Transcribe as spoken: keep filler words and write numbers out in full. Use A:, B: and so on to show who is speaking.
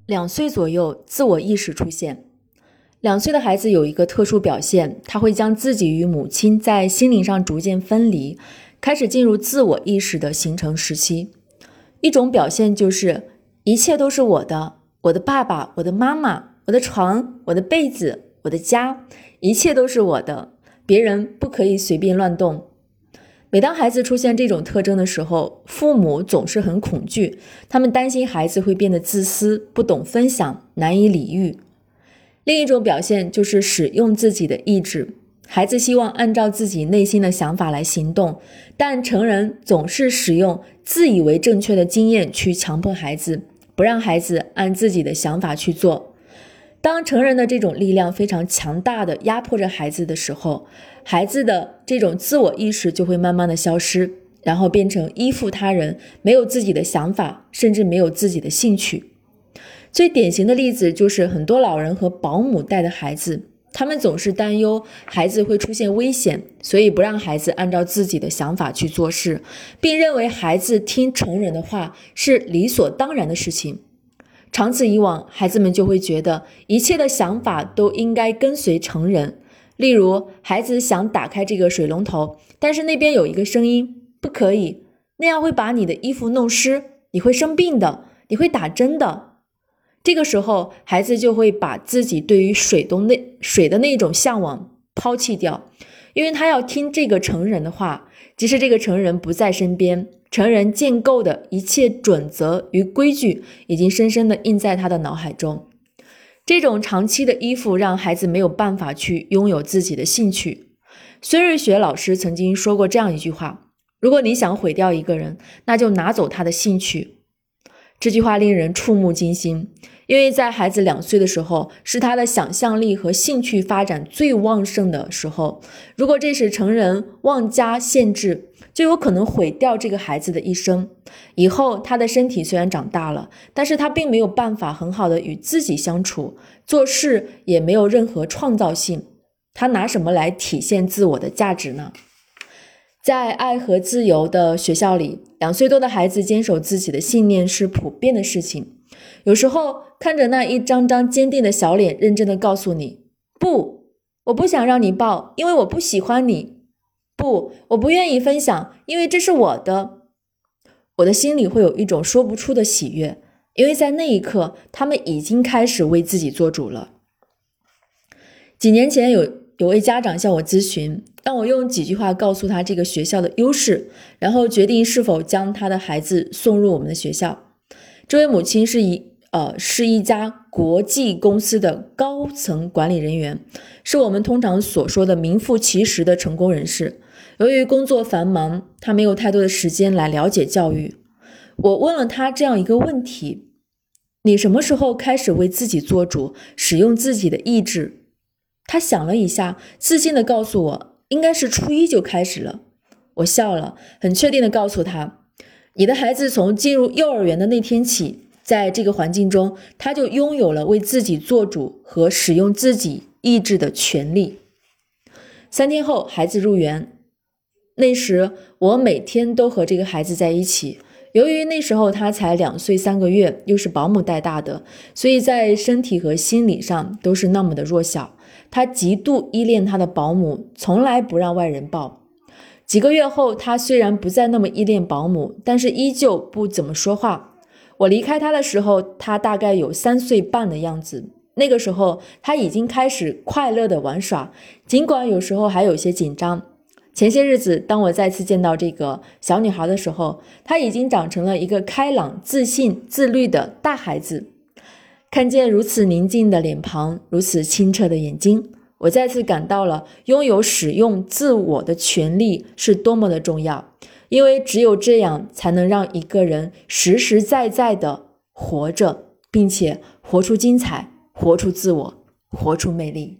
A: 两岁左右，自我意识出现。两岁的孩子有一个特殊表现，他会将自己与母亲在心灵上逐渐分离，开始进入自我意识的形成时期。一种表现就是一切都是我的，我的爸爸，我的妈妈，我的床，我的被子，我的家，一切都是我的，别人不可以随便乱动。每当孩子出现这种特征的时候，父母总是很恐惧，他们担心孩子会变得自私，不懂分享，难以理喻。另一种表现就是使用自己的意志，孩子希望按照自己内心的想法来行动，但成人总是使用自以为正确的经验去强迫孩子，不让孩子按自己的想法去做。当成人的这种力量非常强大的压迫着孩子的时候，孩子的这种自我意识就会慢慢的消失，然后变成依附他人，没有自己的想法，甚至没有自己的兴趣。最典型的例子就是很多老人和保姆带的孩子，他们总是担忧孩子会出现危险，所以不让孩子按照自己的想法去做事，并认为孩子听成人的话是理所当然的事情。长此以往，孩子们就会觉得一切的想法都应该跟随成人。例如，孩子想打开这个水龙头，但是那边有一个声音，不可以，那样会把你的衣服弄湿，你会生病的，你会打针的。这个时候，孩子就会把自己对于水的那水的那种向往抛弃掉，因为他要听这个成人的话，即使这个成人不在身边，成人建构的一切准则与规矩已经深深地印在他的脑海中。这种长期的依附让孩子没有办法去拥有自己的兴趣。孙瑞雪老师曾经说过这样一句话：如果你想毁掉一个人，那就拿走他的兴趣。这句话令人触目惊心，因为在孩子两岁的时候，是他的想象力和兴趣发展最旺盛的时候。如果这时成人妄加限制，就有可能毁掉这个孩子的一生。以后他的身体虽然长大了，但是他并没有办法很好的与自己相处，做事也没有任何创造性。他拿什么来体现自我的价值呢？在爱和自由的学校里，两岁多的孩子坚守自己的信念是普遍的事情。有时候看着那一张张坚定的小脸，认真的告诉你，不，我不想让你抱，因为我不喜欢你。不，我不愿意分享，因为这是我的。我的心里会有一种说不出的喜悦，因为在那一刻，他们已经开始为自己做主了。几年前有有位家长向我咨询，让我用几句话告诉他这个学校的优势，然后决定是否将他的孩子送入我们的学校。这位母亲是一呃是一家国际公司的高层管理人员，是我们通常所说的名副其实的成功人士。由于工作繁忙，他没有太多的时间来了解教育。我问了他这样一个问题：你什么时候开始为自己做主，使用自己的意志？他想了一下，自信地告诉我，应该是初一就开始了。我笑了，很确定地告诉他，你的孩子从进入幼儿园的那天起，在这个环境中，他就拥有了为自己做主和使用自己意志的权利。三天后，孩子入园。那时我每天都和这个孩子在一起，由于那时候他才两岁三个月，又是保姆带大的，所以在身体和心理上都是那么的弱小。他极度依恋他的保姆，从来不让外人抱。几个月后，他虽然不再那么依恋保姆，但是依旧不怎么说话。我离开他的时候，他大概有三岁半的样子。那个时候他已经开始快乐的玩耍，尽管有时候还有些紧张。前些日子，当我再次见到这个小女孩的时候，她已经长成了一个开朗、自信、自律的大孩子。看见如此宁静的脸庞，如此清澈的眼睛，我再次感到了拥有使用自我的权利是多么的重要，因为只有这样才能让一个人实实在在的活着，并且活出精彩，活出自我，活出魅力。